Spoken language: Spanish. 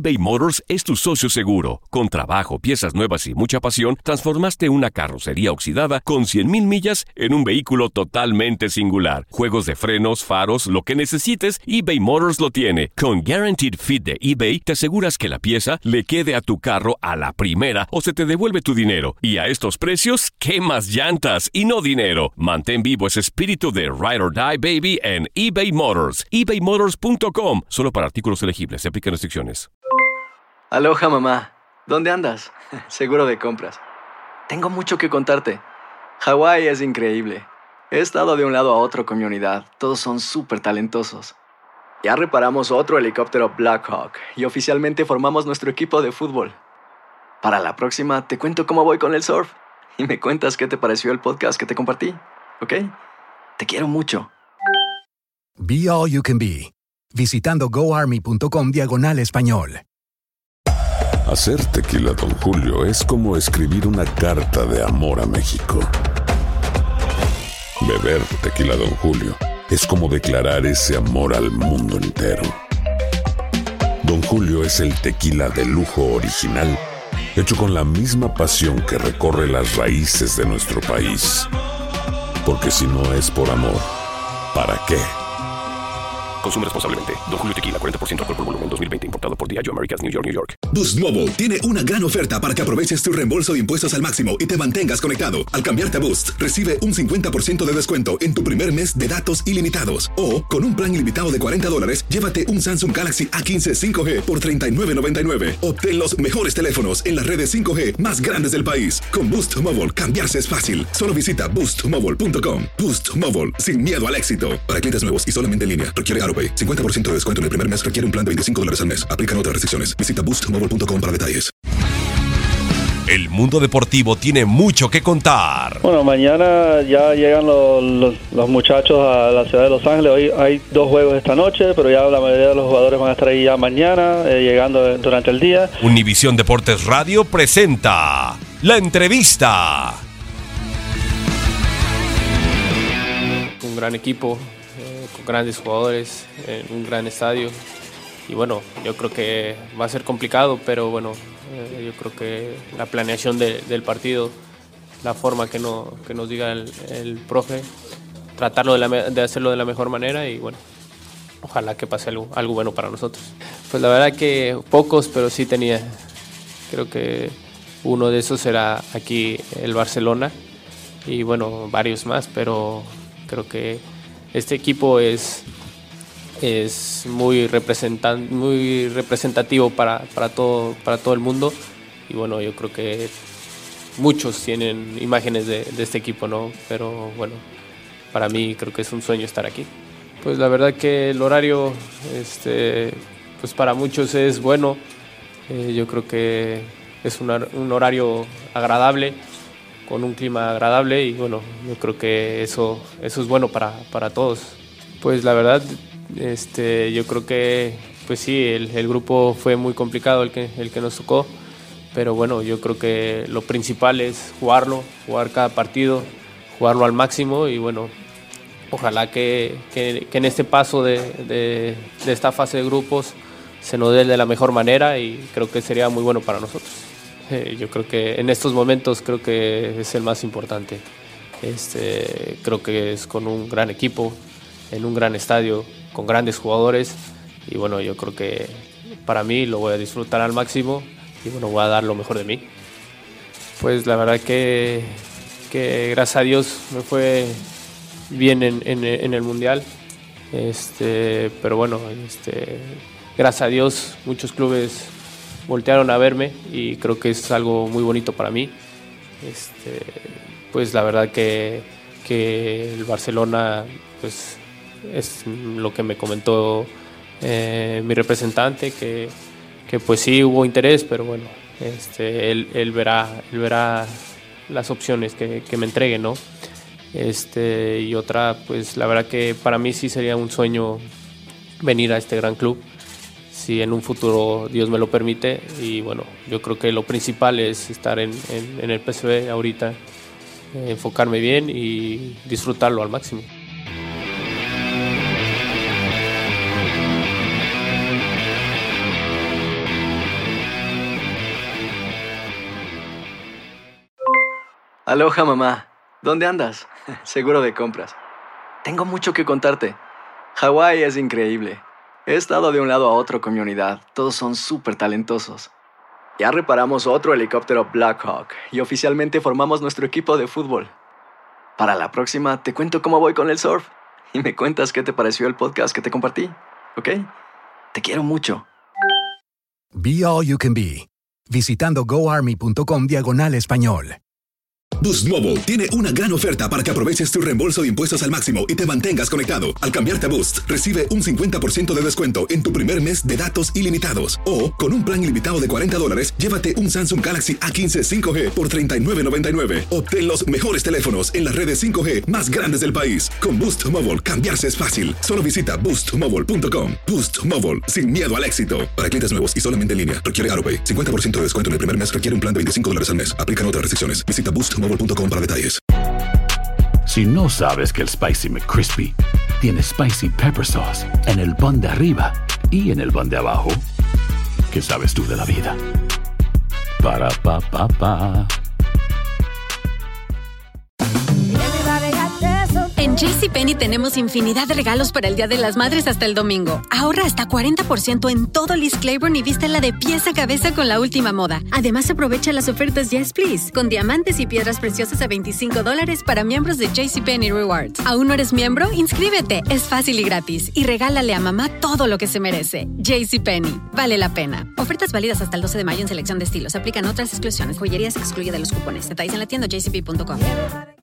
eBay Motors es tu socio seguro. Con trabajo, piezas nuevas y mucha pasión, transformaste una carrocería oxidada con 100,000 millas en un vehículo totalmente singular. Juegos de frenos, faros, lo que necesites, eBay Motors lo tiene. Con Guaranteed Fit de eBay, te aseguras que la pieza le quede a tu carro a la primera o se te devuelve tu dinero. Y a estos precios, ¿qué más llantas y no dinero? Mantén vivo ese espíritu de Ride or Die, baby, en eBay Motors. ebaymotors.com. Solo para artículos elegibles. Se aplican restricciones. Aloha, mamá. ¿Dónde andas? Seguro de compras. Tengo mucho que contarte. Hawái es increíble. He estado de un lado a otro con mi unidad. Todos son súper talentosos. Ya reparamos otro helicóptero Blackhawk y oficialmente formamos nuestro equipo de fútbol. Para la próxima te cuento cómo voy con el surf y me cuentas qué te pareció el podcast que te compartí, ¿ok? Te quiero mucho. Be All You Can Be, visitando goarmy.com/español. Hacer tequila Don Julio es como escribir una carta de amor a México. Beber tequila Don Julio es como declarar ese amor al mundo entero. Don Julio es el tequila de lujo original, hecho con la misma pasión que recorre las raíces de nuestro país. Porque si no es por amor, ¿para qué? Consume responsablemente. Don Julio Tequila, 40% alcohol por volumen, 2020. Importado por Diageo Americas, New York, New York. Boost Mobile tiene una gran oferta para que aproveches tu reembolso de impuestos al máximo y te mantengas conectado. Al cambiarte a Boost, recibe un 50% de descuento en tu primer mes de datos ilimitados. O, con un plan ilimitado de $40, llévate un Samsung Galaxy A15 5G por $39.99. Obtén los mejores teléfonos en las redes 5G más grandes del país. Con Boost Mobile, cambiarse es fácil. Solo visita boostmobile.com. Boost Mobile, sin miedo al éxito. Para clientes nuevos y solamente en línea, requiere AroPay. 50% de descuento en el primer mes requiere un plan de $25 al mes. Aplican otras restricciones. Visita boostmobile.com para detalles. El mundo deportivo tiene mucho que contar. Bueno, mañana ya llegan los muchachos a la ciudad de Los Ángeles. Hoy hay 2 juegos esta noche, pero ya la mayoría de los jugadores van a estar ahí ya mañana, llegando durante el día. Univisión Deportes Radio presenta La Entrevista. Un gran equipo, con grandes jugadores, en un gran estadio. Y bueno, yo creo que va a ser complicado, pero bueno, yo creo que la planeación del partido, la forma que nos diga el profe, tratarlo de hacerlo de la mejor manera y bueno, ojalá que pase algo bueno para nosotros. Pues la verdad que pocos, pero sí tenía. Creo que uno de esos era aquí el Barcelona y bueno, varios más, pero creo que este equipo es muy representativo para todo el mundo y bueno, yo creo que muchos tienen imágenes de este equipo, ¿no? Pero bueno, para mí creo que es un sueño estar aquí. Pues la verdad que el horario, pues para muchos es bueno. Yo creo que es un horario agradable, con un clima agradable y bueno, yo creo que eso es bueno para todos. Pues la verdad, yo creo que pues sí, el grupo fue muy complicado el que nos tocó, pero bueno, yo creo que lo principal es jugar cada partido, jugarlo al máximo y bueno, ojalá que en este paso de esta fase de grupos se nos dé de la mejor manera y creo que sería muy bueno para nosotros. Yo creo que en estos momentos creo que es el más importante. Creo que es con un gran equipo, en un gran estadio, con grandes jugadores y bueno, yo creo que para mí lo voy a disfrutar al máximo y bueno, voy a dar lo mejor de mí. Pues la verdad que gracias a Dios me fue bien en el Mundial, pero bueno, gracias a Dios muchos clubes voltearon a verme y creo que es algo muy bonito para mí. Pues la verdad que el Barcelona pues es lo que me comentó mi representante, que pues sí hubo interés, pero bueno, él verá las opciones que me entreguen, ¿no? Y otra, pues la verdad que para mí sí sería un sueño venir a este gran club, si en un futuro Dios me lo permite. Y bueno, yo creo que lo principal es estar en el PSV ahorita, enfocarme bien y disfrutarlo al máximo. Aloha, mamá. ¿Dónde andas? Seguro de compras. Tengo mucho que contarte. Hawái es increíble. He estado de un lado a otro con mi unidad. Todos son súper talentosos. Ya reparamos otro helicóptero Blackhawk y oficialmente formamos nuestro equipo de fútbol. Para la próxima te cuento cómo voy con el surf y me cuentas qué te pareció el podcast que te compartí, ¿ok? Te quiero mucho. Be All You Can Be, visitando goarmy.com/español. Boost Mobile tiene una gran oferta para que aproveches tu reembolso de impuestos al máximo y te mantengas conectado. Al cambiarte a Boost, recibe un 50% de descuento en tu primer mes de datos ilimitados. O, con un plan ilimitado de $40, llévate un Samsung Galaxy A15 5G por $39.99. Obtén los mejores teléfonos en las redes 5G más grandes del país. Con Boost Mobile, cambiarse es fácil. Solo visita boostmobile.com. Boost Mobile, sin miedo al éxito. Para clientes nuevos y solamente en línea, requiere AutoPay. 50% de descuento en el primer mes requiere un plan de $25 al mes. Aplican otras restricciones. Visita boostmobile.com para detalles. Si no sabes que el Spicy McCrispy tiene Spicy Pepper Sauce en el pan de arriba y en el pan de abajo, ¿qué sabes tú de la vida? Para, pa, pa, pa. En JCPenney tenemos infinidad de regalos para el Día de las Madres hasta el domingo. Ahorra hasta 40% en todo Liz Claiborne y vístela de pies a cabeza con la última moda. Además, aprovecha las ofertas Yes Please, con diamantes y piedras preciosas a $25 para miembros de JCPenney Rewards. ¿Aún no eres miembro? Inscríbete. Es fácil y gratis. Y regálale a mamá todo lo que se merece. JCPenney. Vale la pena. Ofertas válidas hasta el 12 de mayo en selección de estilos. Aplican otras exclusiones. Joyería se excluye de los cupones. Detalles en la tienda jcp.com.